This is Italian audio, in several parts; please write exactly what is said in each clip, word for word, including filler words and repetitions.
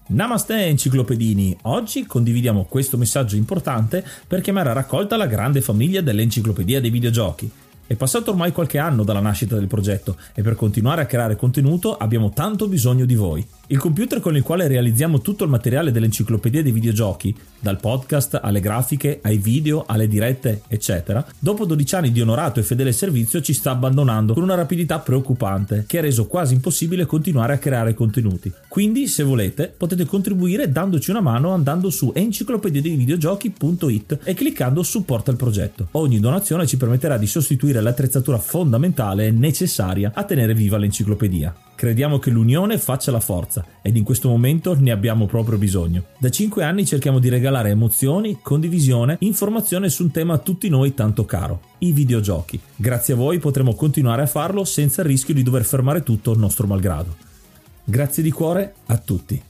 Namaste enciclopedini, oggi condividiamo questo messaggio importante per chiamare a raccolta la grande famiglia dell'enciclopedia dei videogiochi. È passato ormai qualche anno dalla nascita del progetto e per continuare a creare contenuto abbiamo tanto bisogno di voi. Il computer con il quale realizziamo tutto il materiale dell'enciclopedia dei videogiochi, dal podcast alle grafiche, ai video, alle dirette, eccetera, dopo dodici anni di onorato e fedele servizio ci sta abbandonando con una rapidità preoccupante che ha reso quasi impossibile continuare a creare contenuti. Quindi, se volete, potete contribuire dandoci una mano andando su enciclopedia dei videogiochi punto it e cliccando supporta il progetto. Ogni donazione ci permetterà di sostituire l'attrezzatura fondamentale e necessaria a tenere viva l'enciclopedia. Crediamo che l'unione faccia la forza ed in questo momento ne abbiamo proprio bisogno. Da cinque anni cerchiamo di regalare emozioni, condivisione, informazione su un tema a tutti noi tanto caro, i videogiochi. Grazie a voi potremo continuare a farlo senza il rischio di dover fermare tutto nostro malgrado. Grazie di cuore a tutti.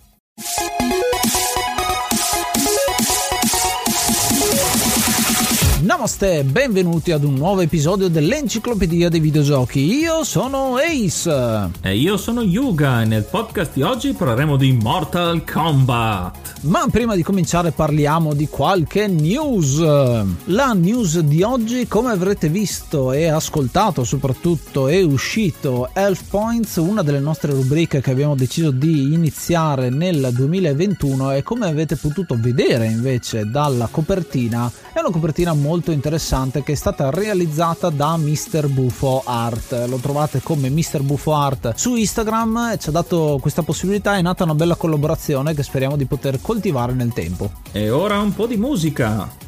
Namaste, benvenuti ad un nuovo episodio dell'Enciclopedia dei Videogiochi. Io sono Ace. E io sono Yuga e nel podcast di oggi parleremo di Mortal Kombat. Ma prima di cominciare parliamo di qualche news. La news di oggi, come avrete visto e ascoltato soprattutto, è uscito Health Points, una delle nostre rubriche che abbiamo deciso di iniziare nel duemilaventuno e come avete potuto vedere invece dalla copertina, è una copertina molto molto interessante che è stata realizzata da mister Buffo Art. Lo trovate come mister Buffo Art su Instagram e ci ha dato questa possibilità. È nata una bella collaborazione che speriamo di poter coltivare nel tempo. E ora un po' di musica.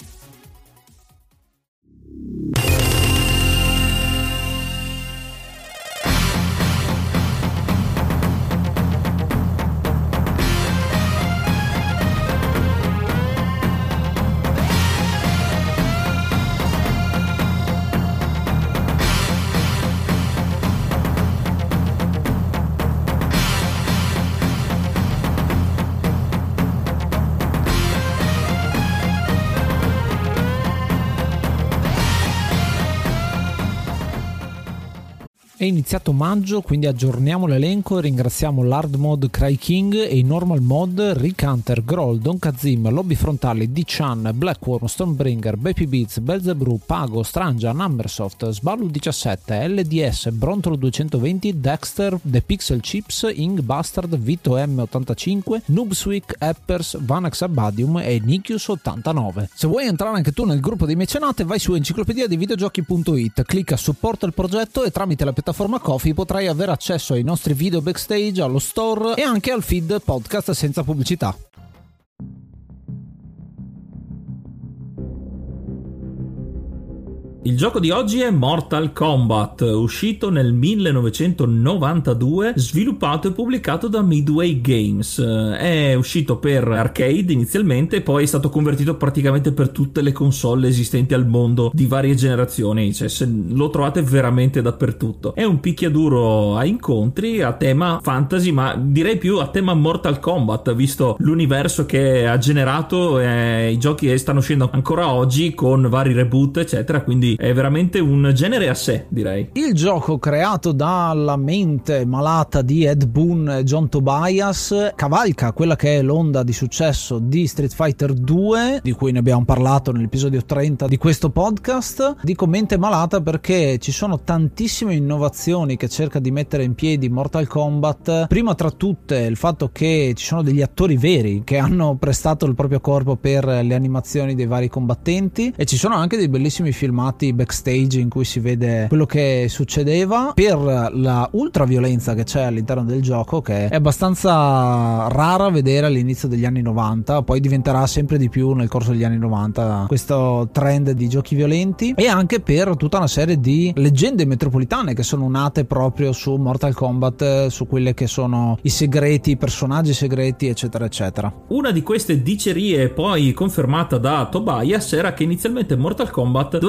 È iniziato maggio, quindi aggiorniamo l'elenco e ringraziamo l'Hard Mode Cry King e i Normal Mode Rick Hunter, Groll, Don Kazim, Lobby Frontali, D-Chan, Blackworm, Stonebringer, Baby Beats, Belzebrew, Pago, Strangia, Numbersoft, Sballu diciassette, L D S, Brontolo duecentoventi, Dexter, The Pixel Chips, Ing Bastard, Vito M ottantacinque, Noobswick, Eppers, Vanax Abadium e Nikius ottantanove. Se vuoi entrare anche tu nel gruppo dei mecenate, vai su enciclopedia dei videogiochi punto it, clicca supporta il progetto e tramite la piattaforma Coffee potrai avere accesso ai nostri video backstage, allo store e anche al feed podcast senza pubblicità. Il gioco di oggi è Mortal Kombat, uscito nel millenovecentonovantadue, sviluppato e pubblicato da Midway Games. È uscito per arcade inizialmente, poi è stato convertito praticamente per tutte le console esistenti al mondo di varie generazioni, cioè se lo trovate veramente dappertutto. È un picchiaduro a incontri a tema fantasy, ma direi più a tema Mortal Kombat, visto l'universo che ha generato e i giochi che stanno uscendo ancora oggi con vari reboot eccetera, quindi è veramente un genere a sé, direi. Il gioco, creato dalla mente malata di Ed Boon e John Tobias, cavalca quella che è l'onda di successo di Street Fighter due, di cui ne abbiamo parlato nell'episodio trenta di questo podcast. Dico mente malata perché ci sono tantissime innovazioni che cerca di mettere in piedi Mortal Kombat. Prima tra tutte il fatto che ci sono degli attori veri che hanno prestato il proprio corpo per le animazioni dei vari combattenti e ci sono anche dei bellissimi filmati backstage in cui si vede quello che succedeva, per la ultra violenza che c'è all'interno del gioco, che è abbastanza rara vedere all'inizio degli anni novanta, poi diventerà sempre di più nel corso degli anni novanta questo trend di giochi violenti, e anche per tutta una serie di leggende metropolitane che sono nate proprio su Mortal Kombat, su quelle che sono i segreti, i personaggi segreti eccetera eccetera. Una di queste dicerie, poi confermata da Tobias, era che inizialmente Mortal Kombat doveva rifare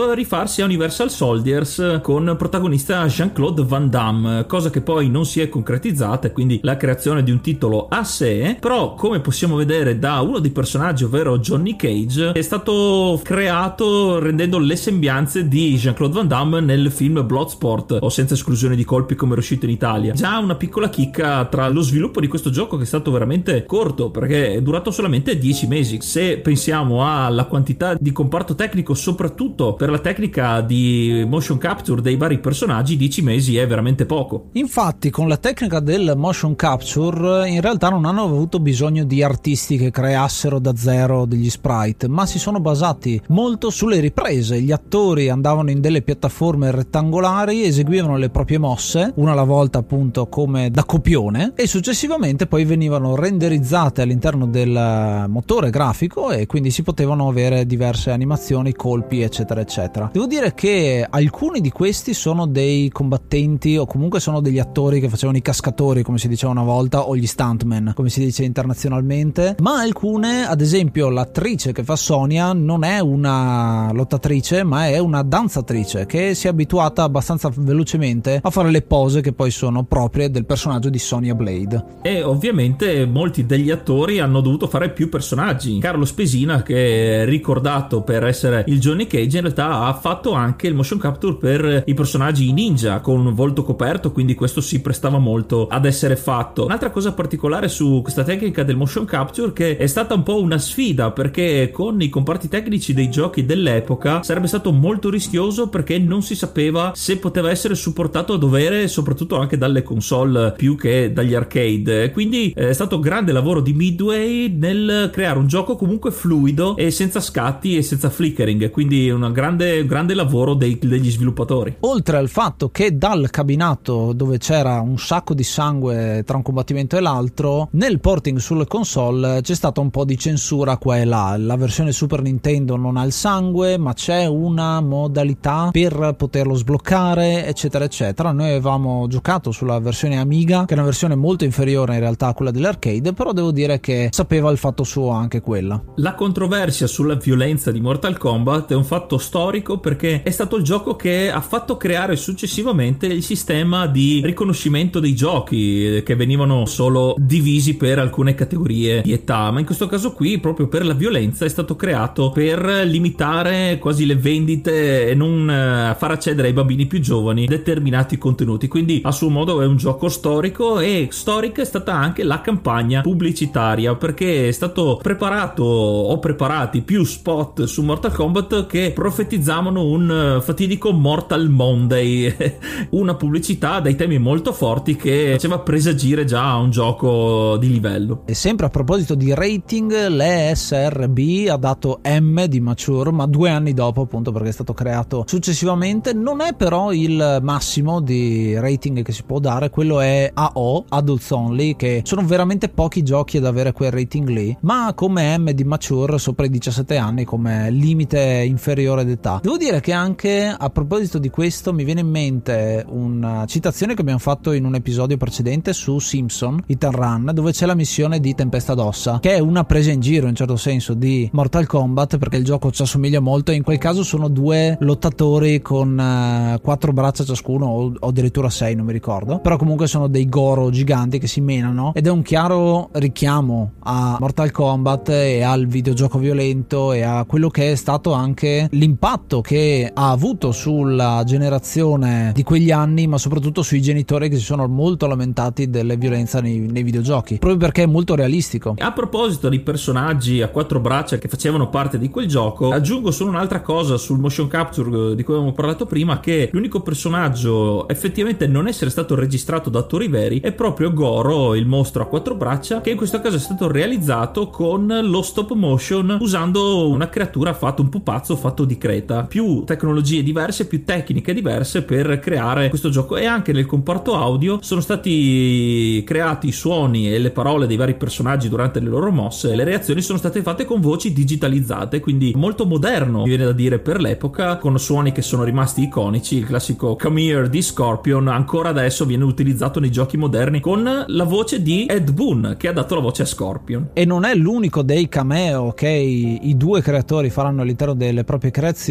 ispirarsi a Universal Soldiers con protagonista Jean-Claude Van Damme, cosa che poi non si è concretizzata, e quindi la creazione di un titolo a sé. Però, come possiamo vedere da uno dei personaggi, ovvero Johnny Cage, è stato creato rendendo le sembianze di Jean-Claude Van Damme nel film Bloodsport, o Senza esclusione di colpi, come era uscito in Italia. Già una piccola chicca tra lo sviluppo di questo gioco, che è stato veramente corto perché è durato solamente dieci mesi. Se pensiamo alla quantità di comparto tecnico, soprattutto per la tecnica di motion capture dei vari personaggi, dieci mesi è veramente poco. Infatti, con la tecnica del motion capture in realtà non hanno avuto bisogno di artisti che creassero da zero degli sprite, ma si sono basati molto sulle riprese. Gli attori andavano in delle piattaforme rettangolari, eseguivano le proprie mosse una alla volta, appunto come da copione, e successivamente poi venivano renderizzate all'interno del motore grafico, e quindi si potevano avere diverse animazioni, colpi, eccetera eccetera. Devo dire che alcuni di questi sono dei combattenti, o comunque sono degli attori che facevano i cascatori, come si diceva una volta, o gli stuntman, come si dice internazionalmente, ma alcune, ad esempio l'attrice che fa Sonya non è una lottatrice, ma è una danzatrice che si è abituata abbastanza velocemente a fare le pose che poi sono proprie del personaggio di Sonya Blade. E ovviamente molti degli attori hanno dovuto fare più personaggi. Carlo Spesina, che è ricordato per essere il Johnny Cage, in realtà ha fatto anche il motion capture per i personaggi ninja con volto coperto, quindi questo si prestava molto ad essere fatto. Un'altra cosa particolare su questa tecnica del motion capture, che è stata un po' una sfida, perché con i comparti tecnici dei giochi dell'epoca sarebbe stato molto rischioso, perché non si sapeva se poteva essere supportato a dovere, soprattutto anche dalle console più che dagli arcade. Quindi è stato grande lavoro di Midway nel creare un gioco comunque fluido e senza scatti e senza flickering, quindi un grande, grande lavoro dei, degli sviluppatori. Oltre al fatto che dal cabinato, dove c'era un sacco di sangue tra un combattimento e l'altro, nel porting sulle console c'è stata un po' di censura qua e là. La versione Super Nintendo non ha il sangue, ma c'è una modalità per poterlo sbloccare, eccetera eccetera. Noi avevamo giocato sulla versione Amiga, che è una versione molto inferiore in realtà a quella dell'arcade, però devo dire che sapeva il fatto suo anche quella. La controversia sulla violenza di Mortal Kombat è un fatto storico, perché è stato il gioco che ha fatto creare successivamente il sistema di riconoscimento dei giochi, che venivano solo divisi per alcune categorie di età, ma in questo caso qui, proprio per la violenza, è stato creato per limitare quasi le vendite e non far accedere ai bambini più giovani determinati contenuti. Quindi a suo modo è un gioco storico, e storica è stata anche la campagna pubblicitaria, perché è stato preparato o preparati più spot su Mortal Kombat che profetizzavano un fatidico Mortal Monday, una pubblicità dai temi molto forti che faceva presagire già un gioco di livello. E sempre a proposito di rating, l'E S R B ha dato M di mature, ma due anni dopo, appunto perché è stato creato successivamente. Non è però il massimo di rating che si può dare, quello è A O, Adults Only, che sono veramente pochi giochi ad avere quel rating lì, ma come M di mature sopra i diciassette anni come limite inferiore d'età. Devo dire che anche a proposito di questo mi viene in mente una citazione che abbiamo fatto in un episodio precedente su Simpson Hit and Run, dove c'è la missione di Tempesta d'Ossa, che è una presa in giro in un certo senso di Mortal Kombat, perché il gioco ci assomiglia molto, e in quel caso sono due lottatori con uh, quattro braccia ciascuno, o, o addirittura sei, non mi ricordo, però comunque sono dei Goro giganti che si menano, ed è un chiaro richiamo a Mortal Kombat e al videogioco violento e a quello che è stato anche l'impatto che ha avuto sulla generazione di quegli anni, ma soprattutto sui genitori che si sono molto lamentati delle violenze nei, nei videogiochi, proprio perché è molto realistico. A proposito di personaggi a quattro braccia che facevano parte di quel gioco, aggiungo solo un'altra cosa sul motion capture di cui avevamo parlato prima, che l'unico personaggio effettivamente non essere stato registrato da attori veri è proprio Goro, il mostro a quattro braccia, che in questo caso è stato realizzato con lo stop motion, usando una creatura fatta, un pupazzo fatto di creta. Più tecnologie diverse, più tecniche diverse per creare questo gioco, e anche nel comparto audio sono stati creati i suoni e le parole dei vari personaggi durante le loro mosse, e le reazioni sono state fatte con voci digitalizzate, quindi molto moderno, mi viene da dire, per l'epoca, con suoni che sono rimasti iconici. Il classico Come Here di Scorpion ancora adesso viene utilizzato nei giochi moderni con la voce di Ed Boon, che ha dato la voce a Scorpion. E non è l'unico dei cameo che i, i due creatori faranno all'interno delle proprie creazioni.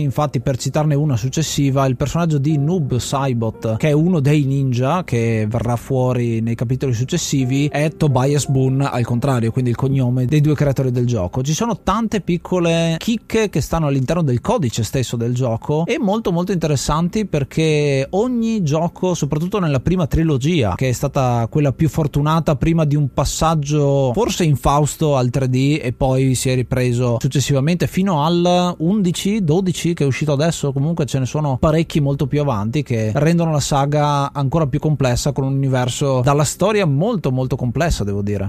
infatti, per citarne una successiva, il personaggio di Noob Saibot, che è uno dei ninja che verrà fuori nei capitoli successivi, è Tobias Boone al contrario, quindi il cognome dei due creatori del gioco. Ci sono tante piccole chicche che stanno all'interno del codice stesso del gioco e molto molto interessanti, perché ogni gioco, soprattutto nella prima trilogia, che è stata quella più fortunata prima di un passaggio forse infausto al tre D e poi si è ripreso successivamente fino al undici dodici che è uscito adesso, comunque ce ne sono parecchi molto più avanti che rendono la saga ancora più complessa, con un universo dalla storia molto molto complessa, devo dire.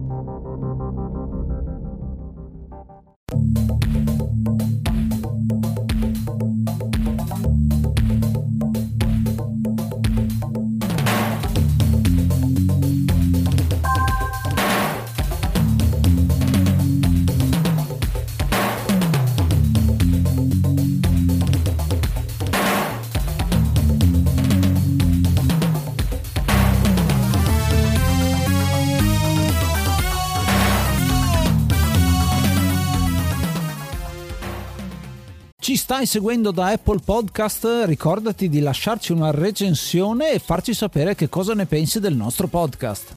Ci stai seguendo da Apple Podcast? Ricordati di lasciarci una recensione e farci sapere che cosa ne pensi del nostro podcast.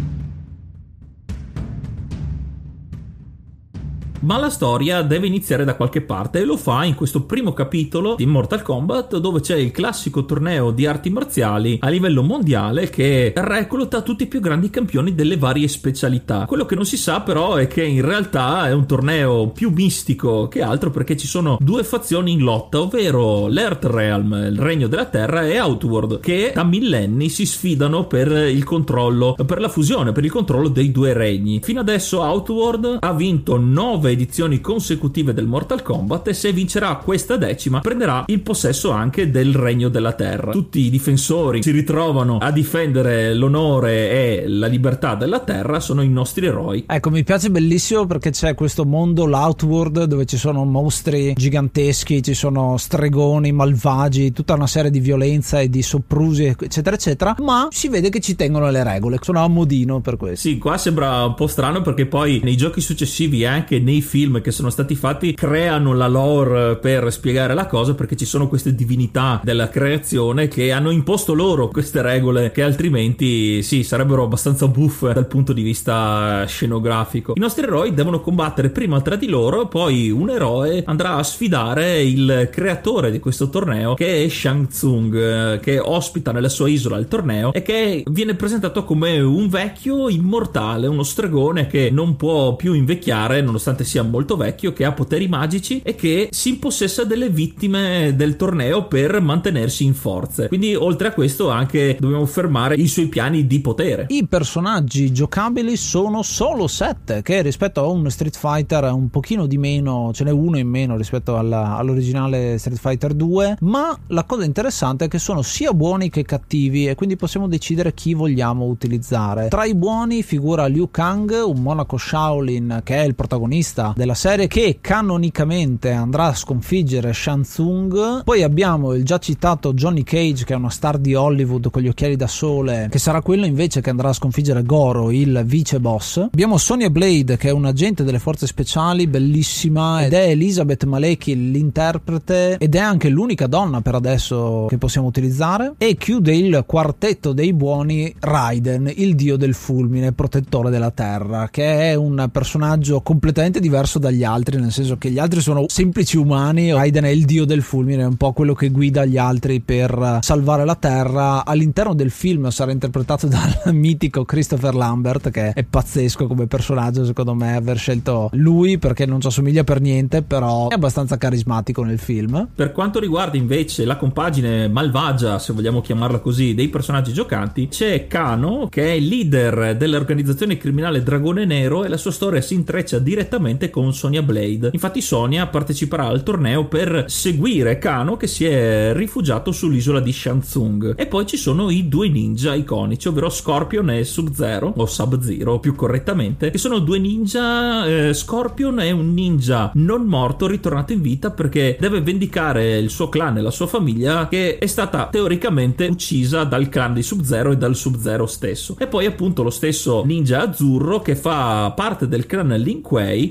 Ma la storia deve iniziare da qualche parte e lo fa in questo primo capitolo di Mortal Kombat, dove c'è il classico torneo di arti marziali a livello mondiale che recluta tutti i più grandi campioni delle varie specialità. Quello che non si sa però è che in realtà è un torneo più mistico che altro, perché ci sono due fazioni in lotta, ovvero l'Earth Realm, il regno della terra, e Outworld, che da millenni si sfidano per il controllo, per la fusione, per il controllo dei due regni. Fino adesso Outworld ha vinto nove edizioni consecutive del Mortal Kombat e se vincerà questa decima prenderà il possesso anche del regno della terra. Tutti i difensori si ritrovano a difendere l'onore e la libertà della terra, sono i nostri eroi. Ecco, mi piace bellissimo perché c'è questo mondo, l'Outworld, dove ci sono mostri giganteschi, ci sono stregoni malvagi, tutta una serie di violenza e di soprusi eccetera eccetera, ma si vede che ci tengono le regole, sono a modino per questo. Sì, qua sembra un po' strano perché poi nei giochi successivi e anche nei film che sono stati fatti creano la lore per spiegare la cosa, perché ci sono queste divinità della creazione che hanno imposto loro queste regole che altrimenti sì sarebbero abbastanza buffe dal punto di vista scenografico. I nostri eroi devono combattere prima tra di loro, poi un eroe andrà a sfidare il creatore di questo torneo, che è Shang Tsung, che ospita nella sua isola il torneo e che viene presentato come un vecchio immortale, uno stregone che non può più invecchiare nonostante sia molto vecchio, che ha poteri magici e che si impossessa delle vittime del torneo per mantenersi in forze. Quindi oltre a questo anche dobbiamo fermare i suoi piani di potere. I personaggi giocabili sono solo sette, che rispetto a un Street Fighter è un pochino di meno, ce n'è uno in meno rispetto alla, all'originale Street Fighter due, ma la cosa interessante è che sono sia buoni che cattivi e quindi possiamo decidere chi vogliamo utilizzare. Tra i buoni figura Liu Kang, un monaco Shaolin che è il protagonista della serie, che canonicamente andrà a sconfiggere Shang Tsung. Poi abbiamo il già citato Johnny Cage, che è una star di Hollywood con gli occhiali da sole, che sarà quello invece che andrà a sconfiggere Goro, il vice boss. Abbiamo Sonya Blade, che è un agente delle forze speciali, bellissima, ed è Elizabeth Maleki l'interprete, ed è anche l'unica donna per adesso che possiamo utilizzare. E chiude il quartetto dei buoni Raiden, il dio del fulmine, protettore della terra, che è un personaggio completamente diverso dagli altri, nel senso che gli altri sono semplici umani, Raiden è il dio del fulmine, è un po' quello che guida gli altri per salvare la terra. All'interno del film sarà interpretato dal mitico Christopher Lambert, che è pazzesco come personaggio, secondo me aver scelto lui, perché non ci assomiglia per niente, però è abbastanza carismatico nel film. Per quanto riguarda invece la compagine malvagia, se vogliamo chiamarla così, dei personaggi giocanti, c'è Kano, che è il leader dell'organizzazione criminale Dragone Nero, e la sua storia si intreccia direttamente con Sonya Blade. Infatti Sonya parteciperà al torneo per seguire Kano, che si è rifugiato sull'isola di Shang Tsung. E poi ci sono i due ninja iconici, ovvero Scorpion e Sub-Zero, o Sub-Zero più correttamente, che sono due ninja. eh, Scorpion è un ninja non morto ritornato in vita perché deve vendicare il suo clan e la sua famiglia, che è stata teoricamente uccisa dal clan di Sub-Zero e dal Sub-Zero stesso. E poi appunto lo stesso ninja azzurro, che fa parte del clan Lin Kuei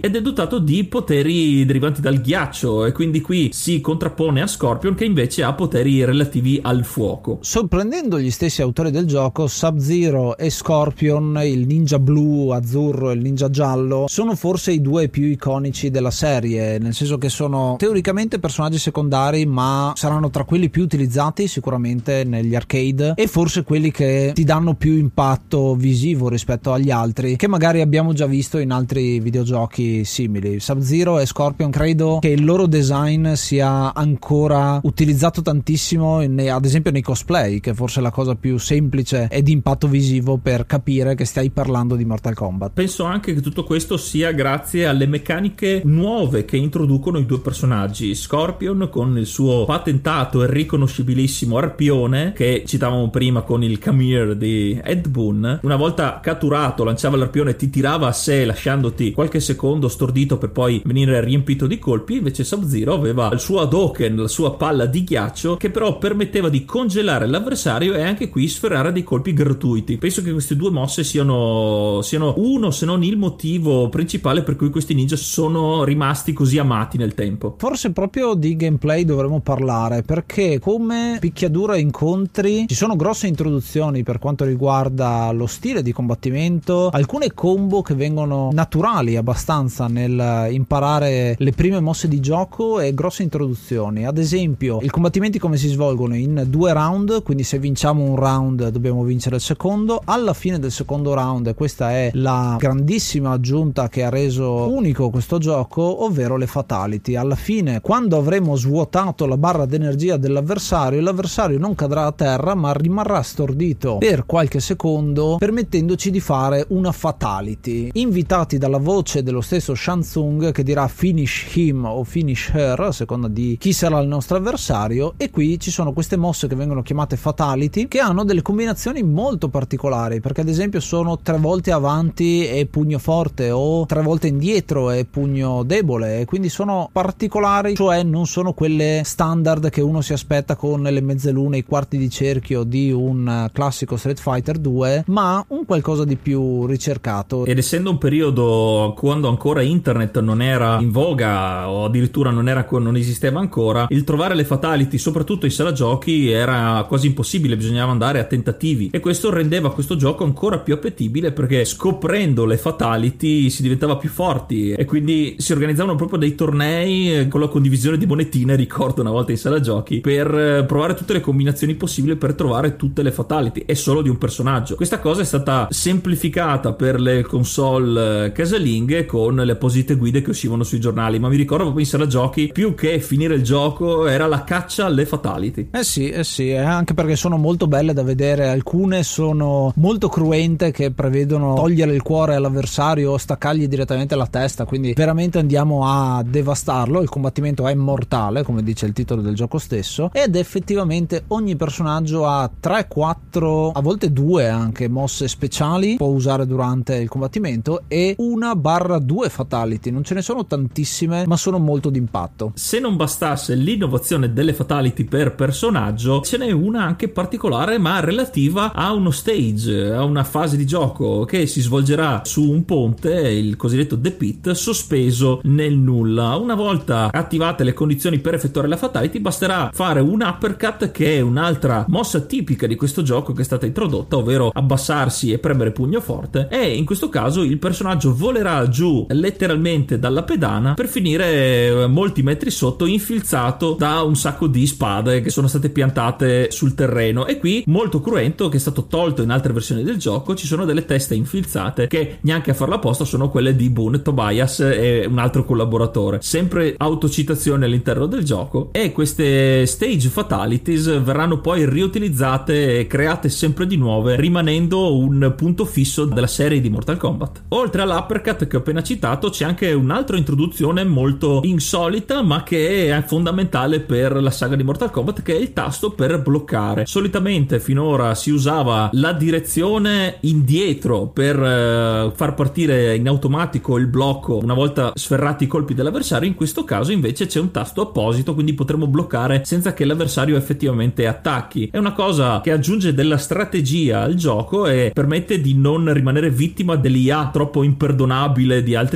ed è dotato di poteri derivanti dal ghiaccio, e quindi qui si contrappone a Scorpion, che invece ha poteri relativi al fuoco. Sorprendendo gli stessi autori del gioco, Sub-Zero e Scorpion, il ninja blu azzurro e il ninja giallo, sono forse i due più iconici della serie, nel senso che sono teoricamente personaggi secondari, ma saranno tra quelli più utilizzati sicuramente negli arcade, e forse quelli che ti danno più impatto visivo rispetto agli altri che magari abbiamo già visto in altri videogiochi simili. Sub-Zero e Scorpion credo che il loro design sia ancora utilizzato tantissimo in, ad esempio nei cosplay, che forse è la cosa più semplice e di impatto visivo per capire che stai parlando di Mortal Kombat. Penso anche che tutto questo sia grazie alle meccaniche nuove che introducono i due personaggi. Scorpion con il suo patentato e riconoscibilissimo arpione, che citavamo prima con il Come Here di Ed Boon, una volta catturato lanciava l'arpione e ti tirava a sé lasciandoti qualche secondo stordito per poi venire riempito di colpi. Invece Sub-Zero aveva il suo Hadouken, la sua palla di ghiaccio, che però permetteva di congelare l'avversario e anche qui sferrare dei colpi gratuiti. Penso che queste due mosse siano, siano uno se non il motivo principale per cui questi ninja sono rimasti così amati nel tempo. Forse proprio di gameplay dovremmo parlare, perché come picchiaduro e incontri ci sono grosse introduzioni per quanto riguarda lo stile di combattimento, alcune combo che vengono naturali abbastanza nel imparare le prime mosse di gioco e grosse introduzioni. Ad esempio, i combattimenti come si svolgono in due round, quindi se vinciamo un round dobbiamo vincere il secondo. Alla fine del secondo round, e questa è la grandissima aggiunta che ha reso unico questo gioco, ovvero le fatality. Alla fine, quando avremo svuotato la barra d'energia dell'avversario, l'avversario non cadrà a terra ma rimarrà stordito per qualche secondo, permettendoci di fare una fatality, invitati dalla voce dello stesso Shang Tsung che dirà finish him o finish her a seconda di chi sarà il nostro avversario. E qui ci sono queste mosse che vengono chiamate fatality, che hanno delle combinazioni molto particolari, perché ad esempio sono tre volte avanti e pugno forte, o tre volte indietro e pugno debole, e quindi sono particolari, cioè non sono quelle standard che uno si aspetta con le mezzelune, i quarti di cerchio di un classico Street Fighter due, ma un qualcosa di più ricercato. Ed essendo un periodo quando ancora internet non era in voga, o addirittura non era non esisteva ancora, il trovare le fatality soprattutto in sala giochi era quasi impossibile, bisognava andare a tentativi, e questo rendeva questo gioco ancora più appetibile, perché scoprendo le fatality si diventava più forti, e quindi si organizzavano proprio dei tornei con la condivisione di monetine, ricordo una volta in sala giochi, per provare tutte le combinazioni possibili per trovare tutte le fatality, e solo di un personaggio. Questa cosa è stata semplificata per le console casalinghe con le apposite guide che uscivano sui giornali, ma mi ricordo proprio in sala giochi, più che finire il gioco era la caccia alle fatality. Eh sì, eh sì, anche perché sono molto belle da vedere. Alcune sono molto cruente, che prevedono togliere il cuore all'avversario o staccargli direttamente la testa, quindi veramente andiamo a devastarlo. Il combattimento è mortale, come dice il titolo del gioco stesso, ed effettivamente ogni personaggio ha tre quattro, a volte due anche mosse speciali può usare durante il combattimento, e una barra due fatality. Non ce ne sono tantissime, ma sono molto d'impatto. Se non bastasse l'innovazione delle fatality per personaggio, ce n'è una anche particolare, ma relativa a uno stage, a una fase di gioco che si svolgerà su un ponte, il cosiddetto The Pit, sospeso nel nulla. Una volta attivate le condizioni per effettuare la fatality, basterà fare un uppercut, che è un'altra mossa tipica di questo gioco che è stata introdotta, ovvero abbassarsi e premere pugno forte, e in questo caso il personaggio volerà giù letteralmente dalla pedana per finire molti metri sotto, infilzato da un sacco di spade che sono state piantate sul terreno. E qui, molto cruento, che è stato tolto in altre versioni del gioco, ci sono delle teste infilzate che neanche a farla apposta sono quelle di Boon, Tobias e un altro collaboratore, sempre autocitazione all'interno del gioco. E queste stage fatalities verranno poi riutilizzate e create sempre di nuove, rimanendo un punto fisso della serie di Mortal Kombat. Oltre all'uppercut che ho appena citato, c'è anche un'altra introduzione molto insolita, ma che è fondamentale per la saga di Mortal Kombat, che è il tasto per bloccare. Solitamente finora si usava la direzione indietro per eh, far partire in automatico il blocco una volta sferrati i colpi dell'avversario. In questo caso invece c'è un tasto apposito, quindi potremo bloccare senza che l'avversario effettivamente attacchi. È una cosa che aggiunge della strategia al gioco e permette di non rimanere vittima dell'I A troppo imperdonabile di altri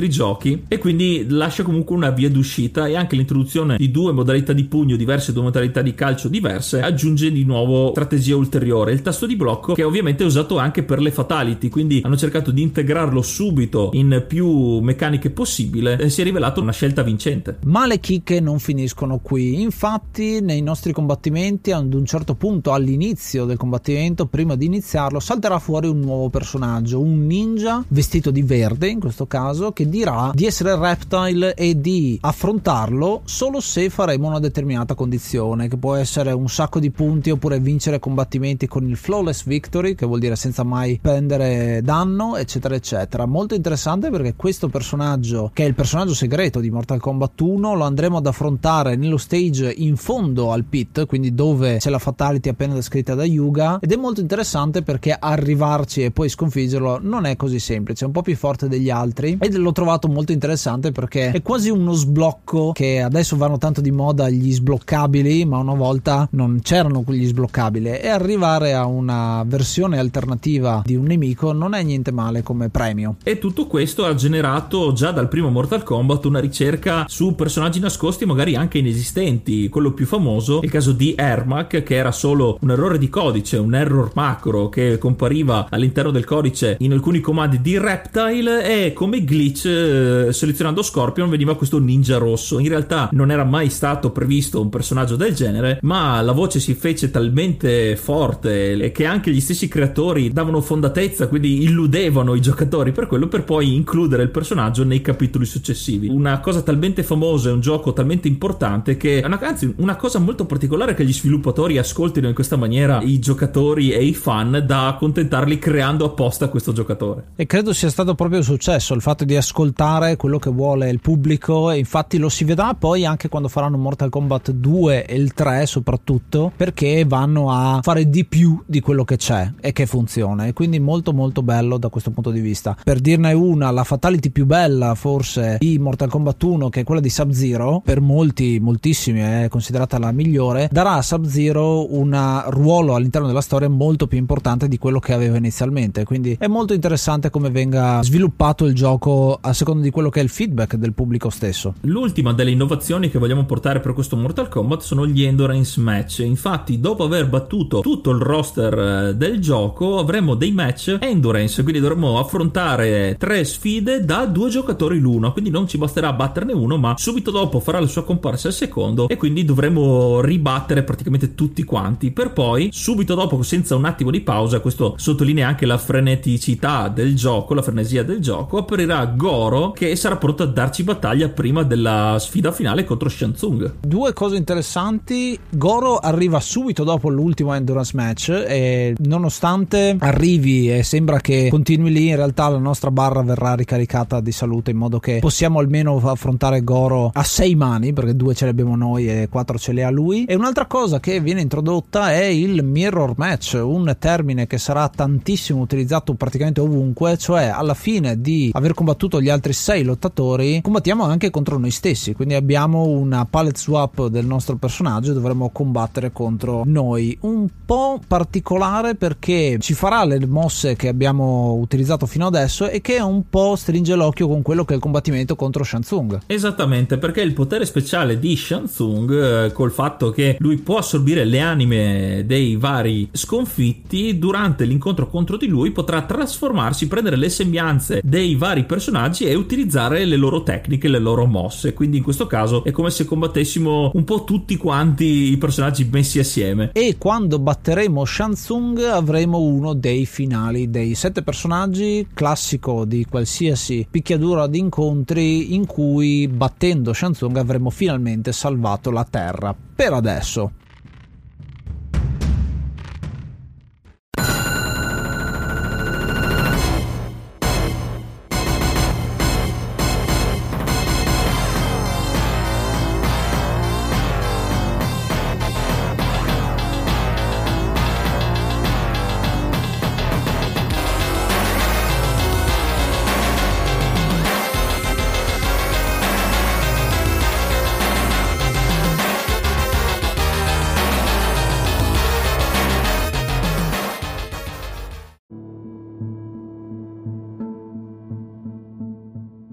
altri giochi, e quindi lascia comunque una via d'uscita, e anche l'introduzione di due modalità di pugno diverse, due modalità di calcio diverse, aggiunge di nuovo strategia ulteriore. Il tasto di blocco, che ovviamente è usato anche per le fatality, quindi hanno cercato di integrarlo subito in più meccaniche possibile, e si è rivelato una scelta vincente. Ma le chicche non finiscono qui. Infatti nei nostri combattimenti, ad un certo punto all'inizio del combattimento, prima di iniziarlo, salterà fuori un nuovo personaggio, un ninja vestito di verde in questo caso, che dirà di essere Reptile e di affrontarlo solo se faremo una determinata condizione, che può essere un sacco di punti oppure vincere combattimenti con il flawless victory, che vuol dire senza mai prendere danno, eccetera eccetera. Molto interessante, perché questo personaggio, che è il personaggio segreto di Mortal Kombat uno, lo andremo ad affrontare nello stage in fondo al pit, quindi dove c'è la fatality appena descritta da Yuga, ed è molto interessante perché arrivarci e poi sconfiggerlo non è così semplice, è un po' più forte degli altri, ed l'ho trovato molto interessante perché è quasi uno sblocco, che adesso vanno tanto di moda gli sbloccabili, ma una volta non c'erano quegli sbloccabili, e arrivare a una versione alternativa di un nemico non è niente male come premio. E tutto questo ha generato già dal primo Mortal Kombat una ricerca su personaggi nascosti, magari anche inesistenti. Quello più famoso è il caso di Ermac, che era solo un errore di codice, un error macro che compariva all'interno del codice in alcuni comandi di Reptile, e come glitch eh, selezionando Scorpion veniva questo ninja rosso. In realtà non era mai stato previsto un personaggio del genere, ma la voce si fece talmente forte che anche gli stessi creatori davano fondatezza, quindi illudevano i giocatori per quello, per poi includere il personaggio nei capitoli successivi. Una cosa talmente famosa e un gioco talmente importante che è una, anzi, una cosa molto particolare che gli sviluppatori ascoltino in questa maniera i giocatori e i fan, da accontentarli creando apposta questo giocatore. E credo sia stato proprio il successo, il fatto di ascoltare quello che vuole il pubblico, e infatti lo si vedrà poi anche quando faranno Mortal Kombat due e il tre soprattutto, perché vanno a fare di più di quello che c'è e che funziona, e quindi molto molto bello da questo punto di vista. Per dirne una, la fatality più bella forse di Mortal Kombat uno, che è quella di Sub-Zero, per molti, moltissimi è considerata la migliore, darà a Sub-Zero un ruolo all'interno della storia molto più importante di quello che aveva inizialmente, quindi è molto interessante come venga sviluppato il gioco a seconda di quello che è il feedback del pubblico stesso. L'ultima delle innovazioni che vogliamo portare per questo Mortal Kombat sono gli endurance match. Infatti, dopo aver battuto tutto il roster del gioco, avremo dei match endurance, quindi dovremo affrontare tre sfide da due giocatori l'uno, quindi non ci basterà batterne uno, ma subito dopo farà la sua comparsa il secondo, e quindi dovremo ribattere praticamente tutti quanti, per poi subito dopo, senza un attimo di pausa, questo sottolinea anche la freneticità del gioco, la frenesia del gioco, apparirà Goro, che sarà pronto a darci battaglia prima della sfida finale contro Shang Tsung. Due cose interessanti: Goro arriva subito dopo l'ultimo endurance match, e nonostante arrivi e sembra che continui lì, in realtà la nostra barra verrà ricaricata di salute, in modo che possiamo almeno affrontare Goro a sei mani, perché due ce le abbiamo noi e quattro ce le ha lui. E un'altra cosa che viene introdotta è il mirror match, un termine che sarà tantissimo utilizzato praticamente ovunque, cioè alla fine di aver combattuto gli altri sei lottatori combattiamo anche contro noi stessi, quindi abbiamo una palette swap del nostro personaggio e dovremo combattere contro noi. Un po' particolare perché ci farà le mosse che abbiamo utilizzato fino adesso, e che un po' stringe l'occhio con quello che è il combattimento contro Shang Tsung. Esattamente, perché il potere speciale di Shang Tsung, eh, col fatto che lui può assorbire le anime dei vari sconfitti, durante l'incontro contro di lui potrà trasformarsi, prendere le sembianze dei vari personaggi e utilizzare le loro tecniche, le loro mosse. Quindi in questo caso è come se combattessimo un po' tutti quanti i personaggi messi assieme. E quando batteremo Shang Tsung avremo uno dei finali dei sette personaggi, classico di qualsiasi picchiaduro ad incontri, in cui battendo Shang Tsung avremo finalmente salvato la Terra. Per adesso.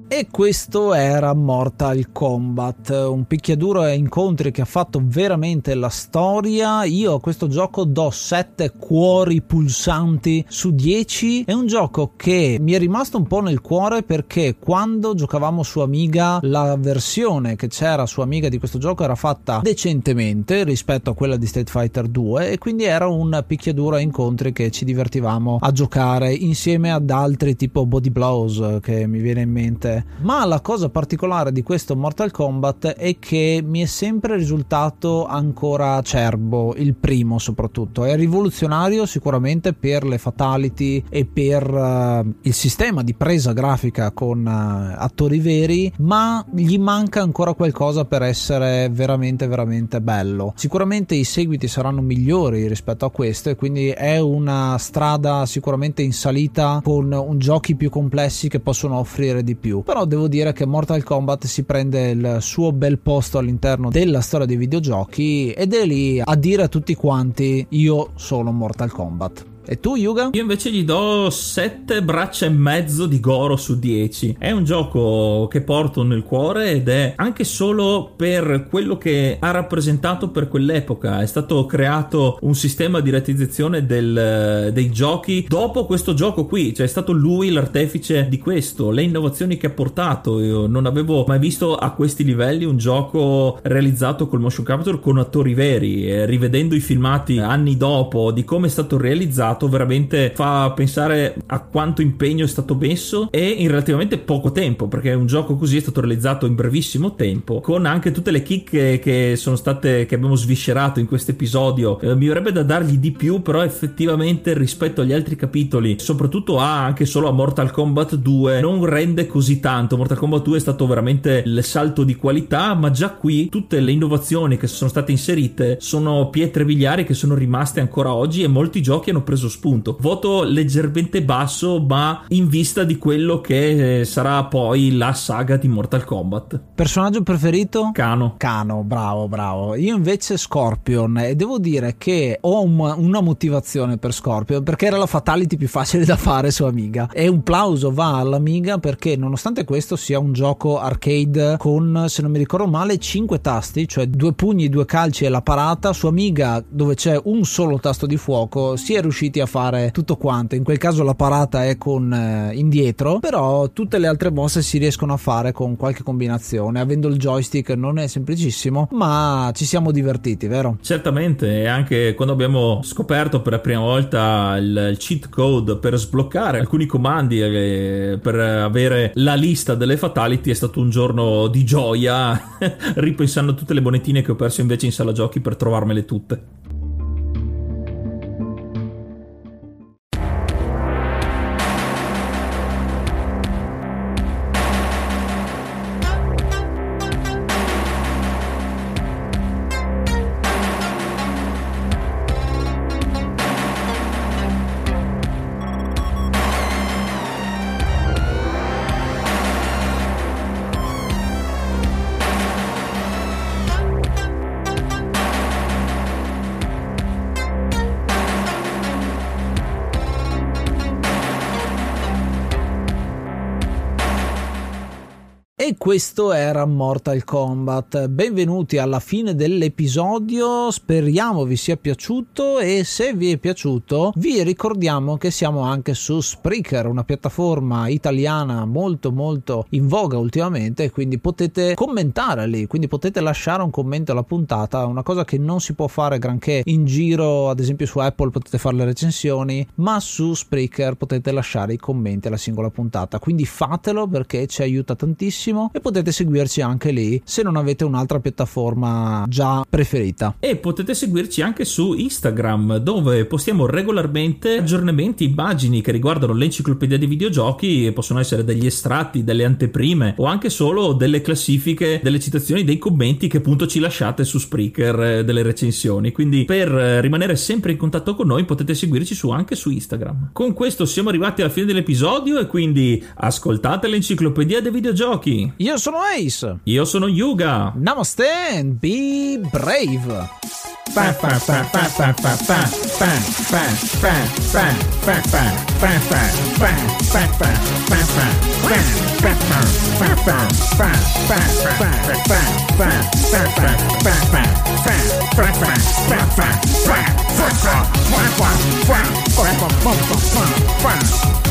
E questo era Mortal Kombat, un picchiaduro a incontri che ha fatto veramente la storia. Io a questo gioco do sette cuori pulsanti su dieci. È un gioco che mi è rimasto un po' nel cuore perché quando giocavamo su Amiga, la versione che c'era su Amiga di questo gioco era fatta decentemente rispetto a quella di Street Fighter due, e quindi era un picchiaduro a incontri che ci divertivamo a giocare insieme ad altri tipo Body Blows che mi viene in mente. Ma la cosa particolare di questo Mortal Kombat è che mi è sempre risultato ancora acerbo, il primo soprattutto. È rivoluzionario sicuramente per le fatality e per uh, il sistema di presa grafica con uh, attori veri, ma gli manca ancora qualcosa per essere veramente veramente bello. Sicuramente i seguiti saranno migliori rispetto a questo, e quindi è una strada sicuramente in salita con un giochi più complessi che possono offrire di più. Però devo dire che Mortal Kombat si prende il suo bel posto all'interno della storia dei videogiochi ed è lì a dire a tutti quanti: io sono Mortal Kombat. E tu, Yuga? Io invece gli do sette braccia e mezzo di Goro su dieci. È un gioco che porto nel cuore ed è anche solo per quello che ha rappresentato per quell'epoca. È stato creato un sistema di rateizzazione del, dei giochi dopo questo gioco qui, cioè è stato lui l'artefice di questo, le innovazioni che ha portato. Io non avevo mai visto a questi livelli un gioco realizzato col motion capture con attori veri, e rivedendo i filmati anni dopo di come è stato realizzato veramente fa pensare a quanto impegno è stato messo, e in relativamente poco tempo, perché un gioco così è stato realizzato in brevissimo tempo, con anche tutte le chicche che sono state, che abbiamo sviscerato in questo episodio. Eh, mi verrebbe da dargli di più, però effettivamente rispetto agli altri capitoli, soprattutto a anche solo a Mortal Kombat due, non rende così tanto. Mortal Kombat due è stato veramente il salto di qualità, ma già qui tutte le innovazioni che sono state inserite sono pietre miliari che sono rimaste ancora oggi, e molti giochi hanno preso spunto. Voto leggermente basso, ma in vista di quello che sarà poi la saga di Mortal Kombat. Personaggio preferito? Kano. Kano, bravo, bravo. Io invece Scorpion, e devo dire che ho un, una motivazione per Scorpion, perché era la fatality più facile da fare su Amiga, e un plauso va all'Amiga perché nonostante questo sia un gioco arcade con, se non mi ricordo male, cinque tasti, cioè due pugni, due calci e la parata. Su Amiga, dove c'è un solo tasto di fuoco, si è riusciti a fare tutto quanto. In quel caso la parata è con eh, indietro, però tutte le altre mosse si riescono a fare con qualche combinazione. Avendo il joystick non è semplicissimo, ma ci siamo divertiti, vero? Certamente, e anche quando abbiamo scoperto per la prima volta il, il cheat code per sbloccare alcuni comandi eh, per avere la lista delle fatality, è stato un giorno di gioia ripensando a tutte le monetine che ho perso invece in sala giochi per trovarmele tutte. E questo era Mortal Kombat. Benvenuti alla fine dell'episodio, speriamo vi sia piaciuto, e se vi è piaciuto vi ricordiamo che siamo anche su Spreaker, una piattaforma italiana molto molto in voga ultimamente, quindi potete commentare lì, quindi potete lasciare un commento alla puntata, una cosa che non si può fare granché in giro. Ad esempio su Apple potete fare le recensioni, ma su Spreaker potete lasciare i commenti alla singola puntata, quindi fatelo perché ci aiuta tantissimo. E potete seguirci anche lì se non avete un'altra piattaforma già preferita. E potete seguirci anche su Instagram, dove postiamo regolarmente aggiornamenti, immagini che riguardano l'enciclopedia dei videogiochi, e possono essere degli estratti, delle anteprime o anche solo delle classifiche, delle citazioni, dei commenti che appunto ci lasciate su Spreaker, delle recensioni. Quindi per rimanere sempre in contatto con noi potete seguirci su anche su Instagram. Con questo siamo arrivati alla fine dell'episodio, e quindi ascoltate l'enciclopedia dei videogiochi. Io sono Ace. Io sono Yuga. Namaste and be brave. Fa